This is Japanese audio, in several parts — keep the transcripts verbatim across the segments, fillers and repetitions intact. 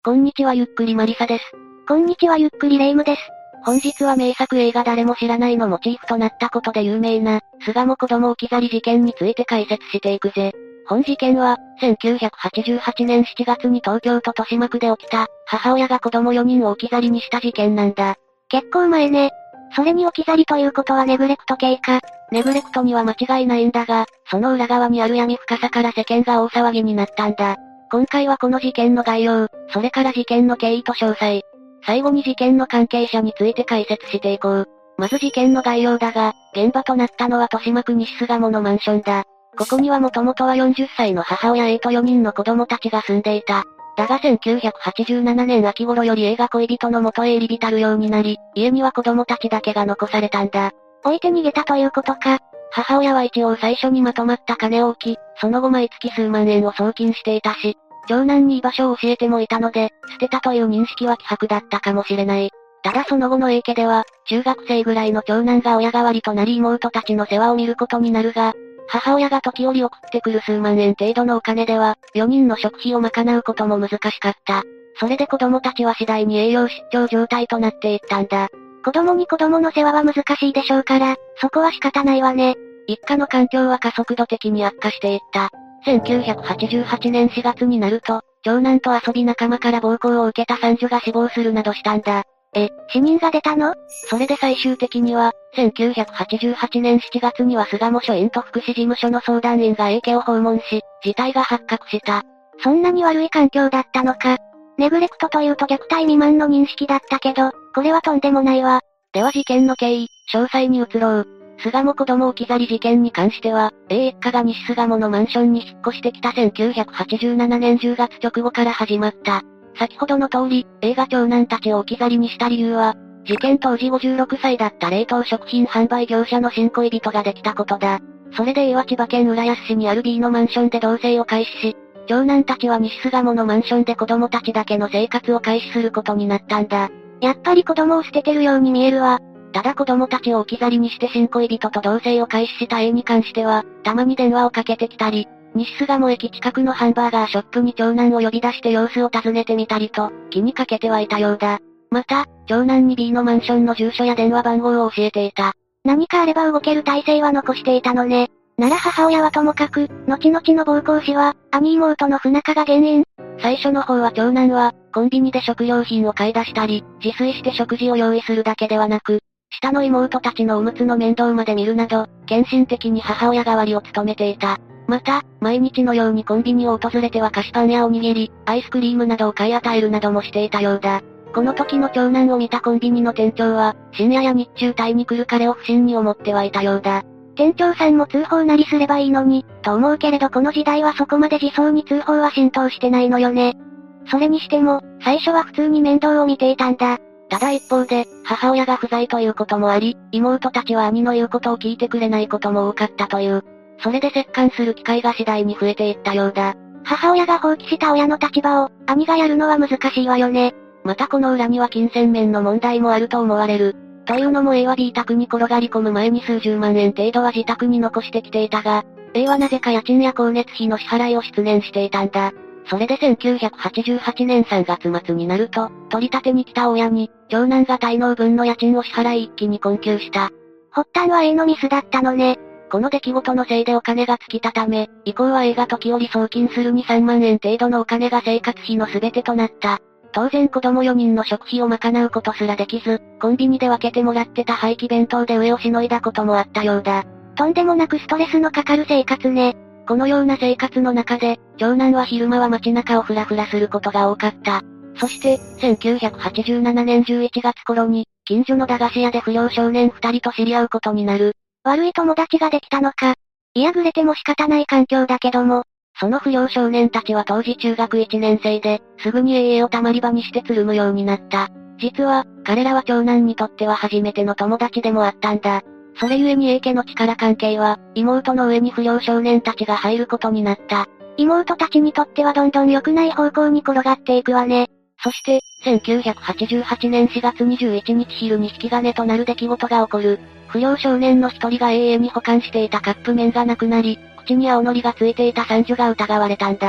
こんにちはゆっくりマリサです。 こんにちはゆっくりレイムです。 本日は名作映画誰も知らないのモチーフとなったことで有名な、巣鴨子供置き去り事件について解説していくぜ。本事件は、せんきゅうひゃくはちじゅうはちねんしちがつに東京都豊島区で起きた、母親が子供よにんを置き去りにした事件なんだ。 結構前ね。それに置き去りということはネグレクト系か。 ネグレクトには間違いないんだが、その裏側にある闇深さから世間が大騒ぎになったんだ。今回はこの事件の概要、それから事件の経緯と詳細。最後に事件の関係者について解説していこう。まず事件の概要だが、現場となったのは豊島区西巣鴨のマンションだ。ここにはもともとはよんじゅっさいの母親 A とよにんの子供たちが住んでいた。だがせんきゅうひゃくはちじゅうななねん秋頃より A が恋人の元へ入り浸るようになり、家には子供たちだけが残されたんだ。 置いて逃げたということか。 母親は一応最初にまとまった金を置き、その後毎月数万円を送金していたし、長男に居場所を教えてもいたので、捨てたという認識は希薄だったかもしれない。ただその後の A 家では、中学生ぐらいの長男が親代わりとなり妹たちの世話を見ることになるが、母親が時折送ってくる数万円程度のお金では、よにんの食費を賄うことも難しかった。それで子供たちは次第に栄養失調状態となっていったんだ。 子供に子供の世話は難しいでしょうから、そこは仕方ないわね。 一家の環境は加速度的に悪化していった。せんきゅうひゃくはちじゅうはちねんしがつになると、長男と遊び仲間から暴行を受けた三女が死亡するなどしたんだ。 え、死人が出たの？ それで最終的には、せんきゅうひゃくはちじゅうはちねんしちがつには巣鴨署員と福祉事務所の相談員が A 家を訪問し、事態が発覚した。 そんなに悪い環境だったのか。ネグレクトというと虐待未満の認識だったけど、これはとんでもないわ。 では事件の経緯、詳細に移ろう。巣鴨子供置き去り事件に関しては、A 一家が西巣鴨のマンションに引っ越してきたせんきゅうひゃくはちじゅうななねんじゅうがつ直後から始まった。先ほどの通り、A が長男たちを置き去りにした理由は、事件当時ごじゅうろくさいだった冷凍食品販売業者の新恋人ができたことだ。それで A は千葉県浦安市にある B のマンションで同棲を開始し、長男たちは西巣鴨のマンションで子供たちだけの生活を開始することになったんだ。 やっぱり子供を捨ててるように見えるわ。 ただ子供たちを置き去りにして新恋人と同棲を開始した A に関しては、たまに電話をかけてきたり、西巣鴨駅近くのハンバーガーショップに長男を呼び出して様子を尋ねてみたりと、気にかけてはいたようだ。また、長男に B のマンションの住所や電話番号を教えていた。 何かあれば動ける体制は残していたのね。なら母親はともかく、後々の暴行死は、兄妹の不仲が原因？ 最初の方は長男は、コンビニで食料品を買い出したり、自炊して食事を用意するだけではなく、下の妹たちのおむつの面倒まで見るなど、献身的に母親代わりを務めていた。また、毎日のようにコンビニを訪れては菓子パンやおにぎり、アイスクリームなどを買い与えるなどもしていたようだ。この時の長男を見たコンビニの店長は、深夜や日中帯に来る彼を不審に思ってはいたようだ。 店長さんも通報なりすればいいのに、と思うけれどこの時代はそこまで自走に通報は浸透してないのよね。それにしても、最初は普通に面倒を見ていたんだ。 ただ一方で、母親が不在ということもあり、妹たちは兄の言うことを聞いてくれないことも多かったという。それで折檻する機会が次第に増えていったようだ。 母親が放棄した親の立場を、兄がやるのは難しいわよね。 またこの裏には金銭面の問題もあると思われる。というのも A は B 宅に転がり込む前に数十万円程度は自宅に残してきていたが、A はなぜか家賃や光熱費の支払いを失念していたんだ。それでせんきゅうひゃくはちじゅうはちねんさんがつ末になると、取り立てに来た親に、長男が滞納分の家賃を支払い一気に困窮した。 発端は A のミスだったのね。 この出来事のせいでお金が尽きたため、以降は A が時折送金するに、さんまんえん程度のお金が生活費の全てとなった。当然子供よにんの食費を賄うことすらできず、コンビニで分けてもらってた廃棄弁当で上をしのいだこともあったようだ。 とんでもなくストレスのかかる生活ね。 このような生活の中で、長男は昼間は街中をフラフラすることが多かった。そして、せんきゅうひゃくはちじゅうななねんじゅういちがつ頃に、近所の駄菓子屋で不良少年二人と知り合うことになる。 悪い友達ができたのか。嫌ぐれても仕方ない環境だけども。 その不良少年たちは当時中学いちねん生で、すぐに A をたまり場にしてつるむようになった。実は、彼らは長男にとっては初めての友達でもあったんだ。それゆえに A 家の力関係は、妹の上に不良少年たちが入ることになった。 妹たちにとってはどんどん良くない方向に転がっていくわね。 そして、せんきゅうひゃくはちじゅうはちねんしがつにじゅういちにち昼に引き金となる出来事が起こる。不良少年の一人が A に保管していたカップ麺がなくなり、口に青のりがついていた三女が疑われたんだ。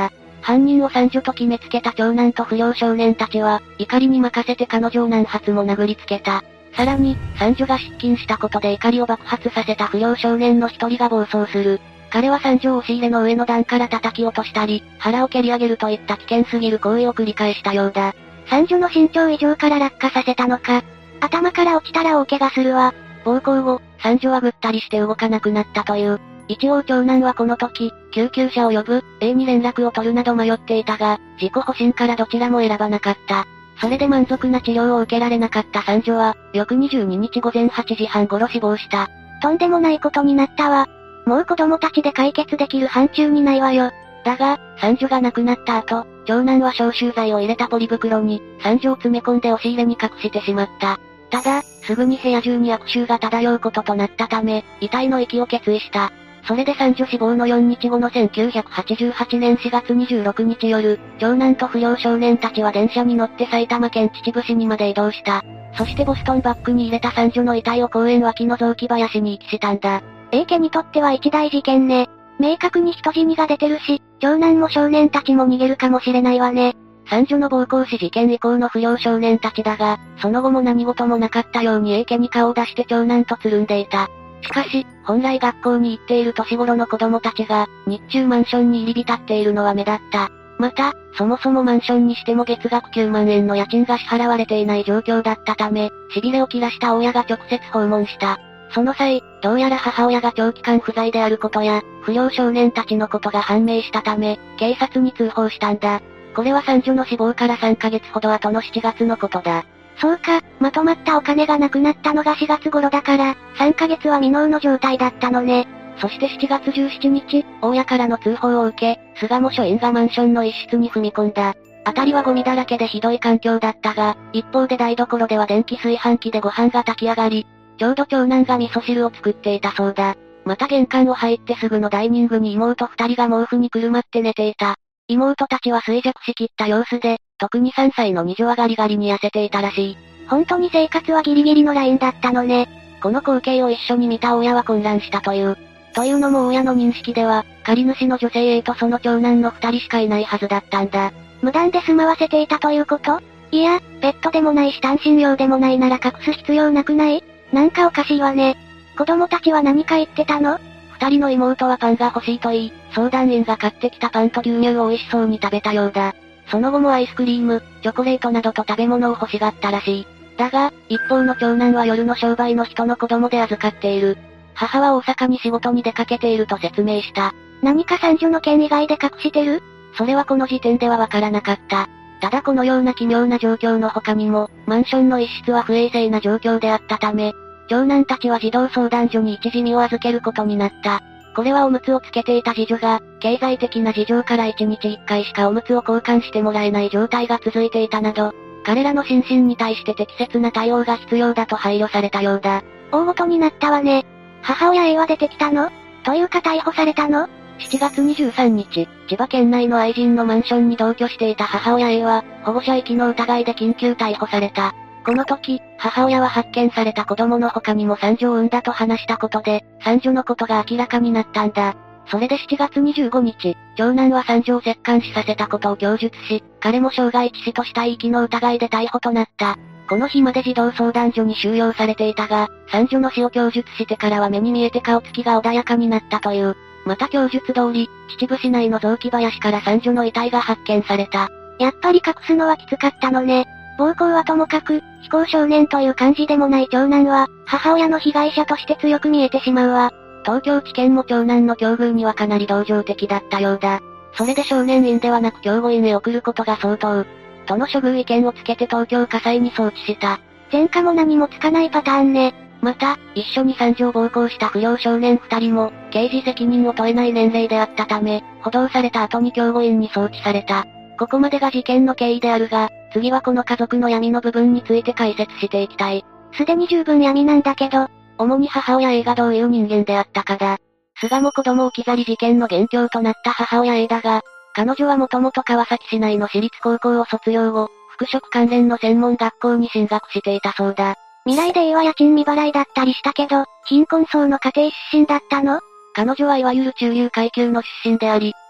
犯人を三女と決めつけた長男と不良少年たちは、怒りに任せて彼女を何発も殴りつけた。さらに、三女が失禁したことで怒りを爆発させた不良少年の一人が暴走する。彼は三女を押し入れの上の段から叩き落としたり、腹を蹴り上げるといった危険すぎる行為を繰り返したようだ。 三女の身長以上から落下させたのか。頭から落ちたら大怪我するわ。 暴行後、三女はぐったりして動かなくなったという。一応長男はこの時、救急車を呼ぶ、A に連絡を取るなど迷っていたが、自己保身からどちらも選ばなかった。それで満足な治療を受けられなかった三女は、翌にじゅうににちごぜんはちじはん頃死亡した。 とんでもないことになったわ。もう子供たちで解決できる範疇にないわよ。 だが、三女が亡くなった後、長男は消臭剤を入れたポリ袋に、三女を詰め込んで押し入れに隠してしまった。ただ、すぐに部屋中に悪臭が漂うこととなったため、遺体の遺棄を決意した。それで三女死亡のよっかごのせんきゅうひゃくはちじゅうはちねんしがつにじゅうろくにち夜、長男と不良少年たちは電車に乗って埼玉県秩父市にまで移動した。そしてボストンバッグに入れた三女の遺体を公園脇の雑木林に遺棄したんだ。 A 家にとっては一大事件ね。明確に人死にが出てるし、長男も少年たちも逃げるかもしれないわね。 三女の暴行死事件以降の不良少年たちだが、その後も何事もなかったように A 家に顔を出して長男とつるんでいた。しかし、本来学校に行っている年頃の子供たちが、日中マンションに入り浸っているのは目立った。また、そもそもマンションにしても月額きゅうまんえんの家賃が支払われていない状況だったため、痺れを切らした親が直接訪問した。その際、どうやら母親が長期間不在であることや、不良少年たちのことが判明したため、警察に通報したんだ。これは三女の死亡からさんかげつほど後のしちがつのことだ。 そうか、まとまったお金がなくなったのがしがつ頃だから、さんかげつは未納の状態だったのね。 そしてしちがつじゅうしちにち、大家からの通報を受け、巣鴨署員がマンションの一室に踏み込んだ。辺りはゴミだらけでひどい環境だったが、一方で台所では電気炊飯器でご飯が炊き上がり、ちょうど長男が味噌汁を作っていたそうだ。また玄関を入ってすぐのダイニングに妹二人が毛布にくるまって寝ていた。妹たちは衰弱しきった様子で、特にさんさいの二女はガリガリに痩せていたらしい。 本当に生活はギリギリのラインだったのね。 この光景を一緒に見た親は混乱したという。というのも親の認識では、借り主の女性 A とその長男の二人しかいないはずだったんだ。 無断で住まわせていたということ？いや、ペットでもないし単身用でもないなら隠す必要なくない？なんかおかしいわね。子供たちは何か言ってたの？ 二人の妹はパンが欲しいと言い、相談員が買ってきたパンと牛乳を美味しそうに食べたようだ。その後もアイスクリーム、チョコレートなどと食べ物を欲しがったらしい。だが、一方の長男は夜の商売の人の子供で預かっている。母は大阪に仕事に出かけていると説明した。 何か三女の件以外で隠してる？ それはこの時点ではわからなかった。ただこのような奇妙な状況の他にも、マンションの一室は不衛生な状況であったため、長男たちは児童相談所に一時身を預けることになった。これはおむつをつけていた次女が、経済的な事情からいちにちいっかいしかおむつを交換してもらえない状態が続いていたなど、彼らの心身に対して適切な対応が必要だと配慮されたようだ。 大事になったわね。母親 A は出てきたの？というか逮捕されたの？ しちがつにじゅうさんにち、千葉県内の愛人のマンションに同居していた母親 A は、保護者遺棄の疑いで緊急逮捕された。この時、母親は発見された子供の他にも三女を産んだと話したことで、三女のことが明らかになったんだ。それでしちがつにじゅうごにち、長男は三女を折檻死させたことを供述し、彼も傷害致死と死体遺棄の疑いで逮捕となった。この日まで児童相談所に収容されていたが、三女の死を供述してからは目に見えて顔つきが穏やかになったという。また供述通り、秩父市内の雑木林から三女の遺体が発見された。 やっぱり隠すのはきつかったのね。暴行はともかく、非行少年という感じでもない長男は、母親の被害者として強く見えてしまうわ。 東京地検も長男の境遇にはかなり同情的だったようだ。それで少年院ではなく教護院へ送ることが相当。との処遇意見をつけて東京家裁に送致した。 前科も何もつかないパターンね。 また、一緒に三女を暴行した不良少年二人も、刑事責任を問えない年齢であったため、補導された後に教護院に送致された。ここまでが事件の経緯であるが、次はこの家族の闇の部分について解説していきたい。 すでに十分闇なんだけど、 主に母親 A がどういう人間であったかだ。巣鴨子供置き去り事件の元凶となった母親 A だが、彼女はもともと川崎市内の私立高校を卒業後、服飾関連の専門学校に進学していたそうだ。 未来で A は家賃未払いだったりしたけど、貧困層の家庭出身だったの？ 彼女はいわゆる中流階級の出身であり、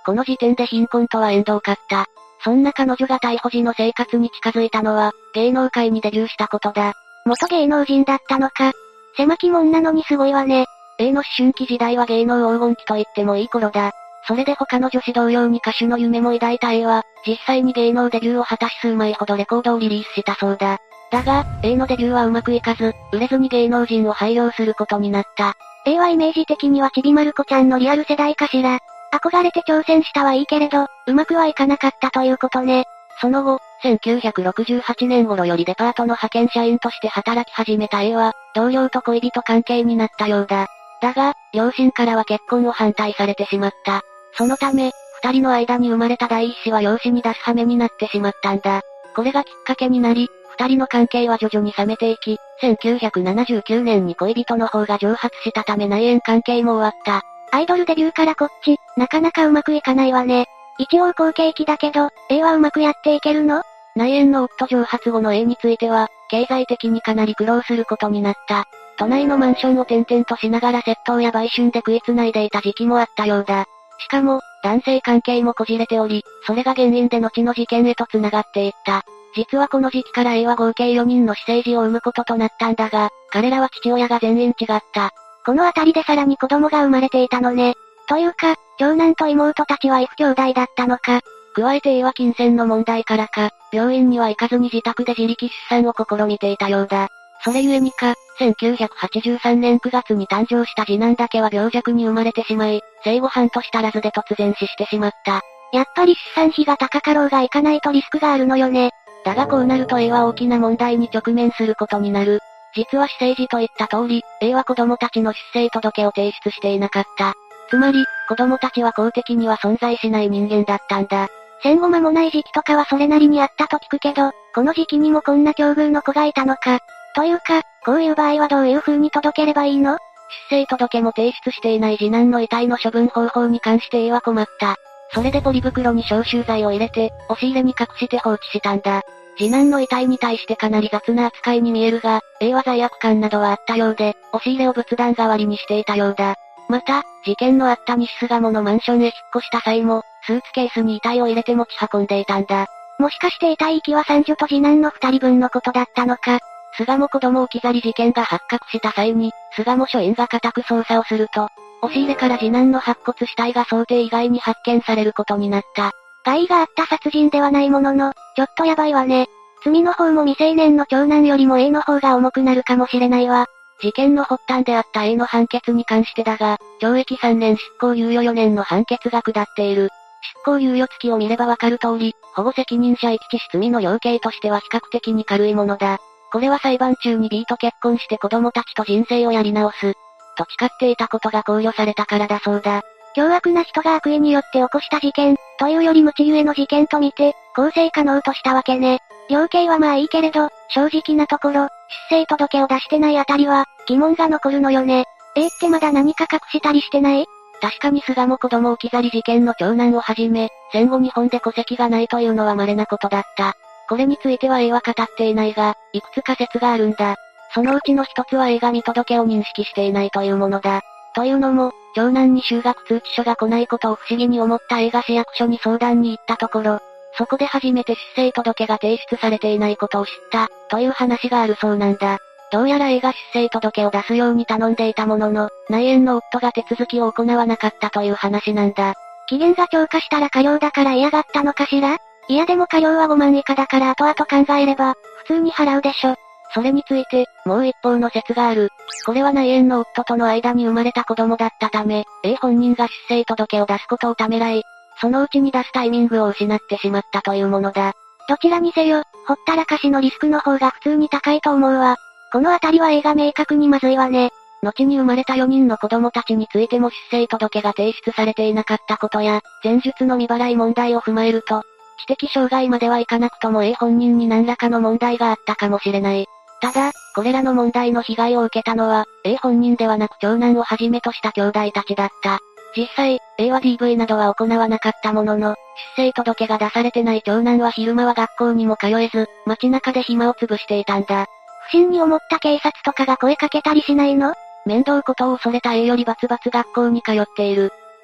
この時点で貧困とは縁遠かった。そんな彼女が逮捕時の生活に近づいたのは、芸能界にデビューしたことだ。 元芸能人だったのか。狭き門なのにすごいわね。 A の思春期時代は芸能黄金期と言ってもいい頃だ。それで他の女子同様に歌手の夢も抱いた A は、実際に芸能デビューを果たし数枚ほどレコードをリリースしたそうだ。だが、A のデビューはうまくいかず、売れずに芸能人を廃業することになった。 A はイメージ的にはちびまる子ちゃんのリアル世代かしら。憧れて挑戦したはいいけれど、うまくはいかなかったということね。 その後、せんきゅうひゃくろくじゅうはちねん頃よりデパートの派遣社員として働き始めた A は、同僚と恋人関係になったようだ。だが、両親からは結婚を反対されてしまった。そのため、二人の間に生まれた第一子は養子に出す羽目になってしまったんだ。これがきっかけになり、二人の関係は徐々に冷めていき、せんきゅうひゃくななじゅうきゅうねんに恋人の方が蒸発したため内縁関係も終わった。 アイドルデビューからこっち、なかなかうまくいかないわね。一応好景気だけど、A はうまくやっていけるの？ 内縁の夫蒸発後の A については、経済的にかなり苦労することになった。都内のマンションを転々としながら窃盗や売春で食いつないでいた時期もあったようだ。しかも、男性関係もこじれており、それが原因で後の事件へと繋がっていった。実はこの時期から A は合計よにんの私生児を産むこととなったんだが、彼らは父親が全員違った。 このあたりでさらに子供が生まれていたのね。というか、長男と妹たちは異父兄弟だったのか。 加えて A は金銭の問題からか、病院には行かずに自宅で自力出産を試みていたようだ。それゆえにか、せんきゅうひゃくはちじゅうさんねんくがつに誕生した次男だけは病弱に生まれてしまい、生後半年足らずで突然死してしまった。 やっぱり出産費が高かろうがいかないとリスクがあるのよね。 だがこうなると A は大きな問題に直面することになる。実は私生児と言った通り、A は子供たちの出生届を提出していなかった。つまり、子供たちは公的には存在しない人間だったんだ。 戦後間もない時期とかはそれなりにあったと聞くけど、この時期にもこんな境遇の子がいたのか。というか、こういう場合はどういう風に届ければいいの？ 出生届も提出していない次男の遺体の処分方法に関して A は困った。それでポリ袋に消臭剤を入れて、押し入れに隠して放置したんだ。次男の遺体に対してかなり雑な扱いに見えるが、A は罪悪感などはあったようで、押し入れを仏壇代わりにしていたようだ。また、事件のあった西巣鴨のマンションへ引っ越した際も、スーツケースに遺体を入れて持ち運んでいたんだ。 もしかして遺体遺棄は三女と次男の二人分のことだったのか。 巣鴨子供置き去り事件が発覚した際に、巣鴨署員が家宅捜査をすると、押し入れから次男の白骨死体が想定以外に発見されることになった。 害があった殺人ではないものの、ちょっとやばいわね。罪の方も未成年の長男よりも A の方が重くなるかもしれないわ。 事件の発端であった A の判決に関してだが、懲役さんねん執行猶予よねんの判決が下っている。執行猶予付きを見ればわかる通り、保護責任者遺棄致死罪の量刑としては比較的に軽いものだ。これは裁判中に B と結婚して子供たちと人生をやり直す。と誓っていたことが考慮されたからだそうだ。 凶悪な人が悪意によって起こした事件、というより無知ゆえの事件と見て、構成可能としたわけね。量刑はまあいいけれど、正直なところ、出生届を出してないあたりは、疑問が残るのよね。A ってまだ何か隠したりしてない？ 確かに巣鴨子供置き去り事件の長男をはじめ、戦後日本で戸籍がないというのは稀なことだった。これについては A は語っていないが、いくつか説があるんだ。そのうちの一つは A が見届けを認識していないというものだ。というのも、長男に就学通知書が来ないことを不思議に思った A が市役所に相談に行ったところ、そこで初めて出生届が提出されていないことを知った、という話があるそうなんだ。どうやら A が出生届を出すように頼んでいたものの、内縁の夫が手続きを行わなかったという話なんだ。 期限が超過したら過料だから嫌がったのかしら？いやでも過料はごまん以下だから後々考えれば、普通に払うでしょ。 それについて、もう一方の説がある。これは内縁の夫との間に生まれた子供だったため、A 本人が出生届を出すことをためらい、そのうちに出すタイミングを失ってしまったというものだ。 どちらにせよ、ほったらかしのリスクの方が普通に高いと思うわ。このあたりは A が明確にまずいわね。 後に生まれたよにんの子供たちについても出生届が提出されていなかったことや、前述の未払い問題を踏まえると、知的障害まではいかなくとも A 本人に何らかの問題があったかもしれない。ただ、これらの問題の被害を受けたのは、A 本人ではなく長男をはじめとした兄弟たちだった。実際、A は ディーブイ などは行わなかったものの、出生届が出されてない長男は昼間は学校にも通えず、街中で暇を潰していたんだ。 不審に思った警察とかが声かけたりしないの？ 面倒ことを恐れた A よりバツバツ学校に通っている。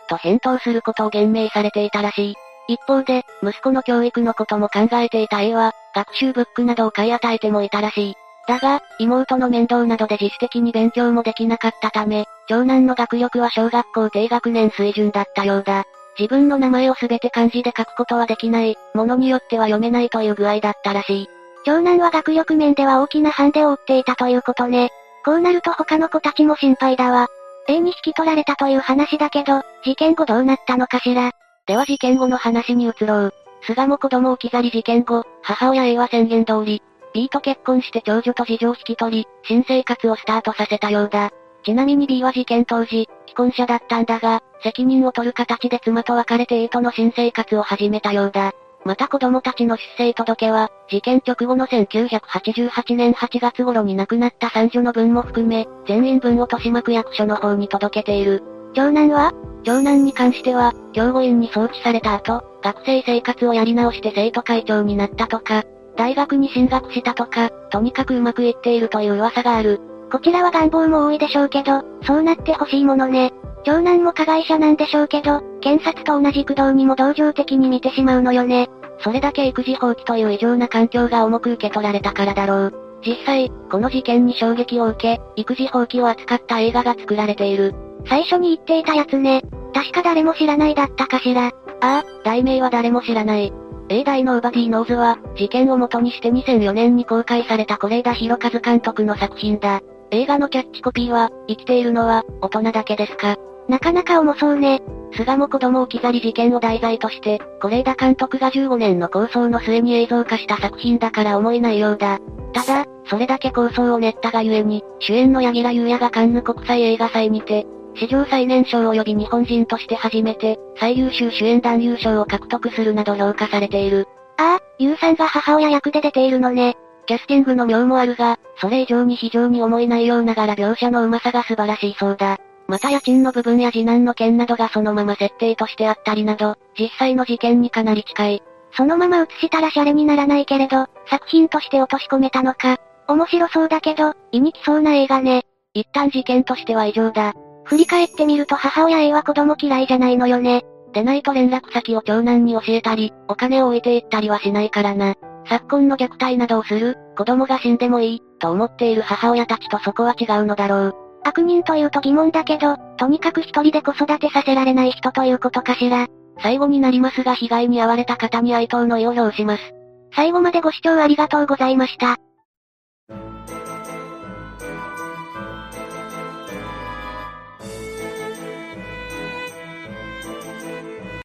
と返答することを言明されていたらしい。一方で、息子の教育のことも考えていた A は、学習ブックなどを買い与えてもいたらしい。だが、妹の面倒などで自主的に勉強もできなかったため、長男の学力は小学校低学年水準だったようだ。自分の名前をすべて漢字で書くことはできない、ものによっては読めないという具合だったらしい。 長男は学力面では大きなハンデを負っていたということね。こうなると他の子たちも心配だわ。A に引き取られたという話だけど、事件後どうなったのかしら。 では事件後の話に移ろう。菅も子供置き去り事件後、母親 A は宣言通り、B と結婚して長女と次女を引き取り、新生活をスタートさせたようだ。ちなみに B は事件当時、既婚者だったんだが、責任を取る形で妻と別れて A との新生活を始めたようだ。また子供たちの出生届は、事件直後のせんきゅうひゃくはちじゅうはちねんはちがつ頃に亡くなった三女の分も含め、全員分を豊島区役所の方に届けている。 長男は長男に関しては、教護院に送致された後、学生生活をやり直して生徒会長になったとか、大学に進学したとか、とにかくうまくいっているという噂がある。 こちらは願望も多いでしょうけど、そうなってほしいものね。長男も加害者なんでしょうけど、検察と同じ工藤にも同情的に見てしまうのよね。 それだけ育児放棄という異常な環境が重く受け取られたからだろう。実際、この事件に衝撃を受け、育児放棄を扱った映画が作られている。 最初に言っていたやつね。確か誰も知らないだったかしら。ああ、題名は誰も知らない。A 大ノーバディーノーズは、事件を元にしてにせんよねんに公開された是枝裕和監督の作品だ。映画のキャッチコピーは、生きているのは、大人だけですか。 なかなか重そうね。 菅も子供置き去り事件を題材として、是枝監督がじゅうごねんの構想の末に映像化した作品だから重い内容だ。ただ、それだけ構想を練ったがゆえに、主演の柳楽優弥がカンヌ国際映画祭にて、史上最年少及び日本人として初めて、最優秀主演男優賞を獲得するなど評価されている。 ああ、優さんが母親役で出ているのね。 キャスティングの妙もあるが、それ以上に非常に重い内容ながら描写の上手さが素晴らしいそうだ。また家賃の部分や次男の件などがそのまま設定としてあったりなど、実際の事件にかなり近い。 そのまま映したらシャレにならないけれど、作品として落とし込めたのか。面白そうだけど、胃に来そうな映画ね。 一旦事件としては異常だ。 振り返ってみると母親 A は子供嫌いじゃないのよね。 でないと連絡先を長男に教えたり、お金を置いていったりはしないからな。昨今の虐待などをする、子供が死んでもいい、と思っている母親たちとそこは違うのだろう。 悪人というと疑問だけど、とにかく一人で子育てさせられない人ということかしら。 最後になりますが被害に遭われた方に哀悼の意を表します。 最後までご視聴ありがとうございました。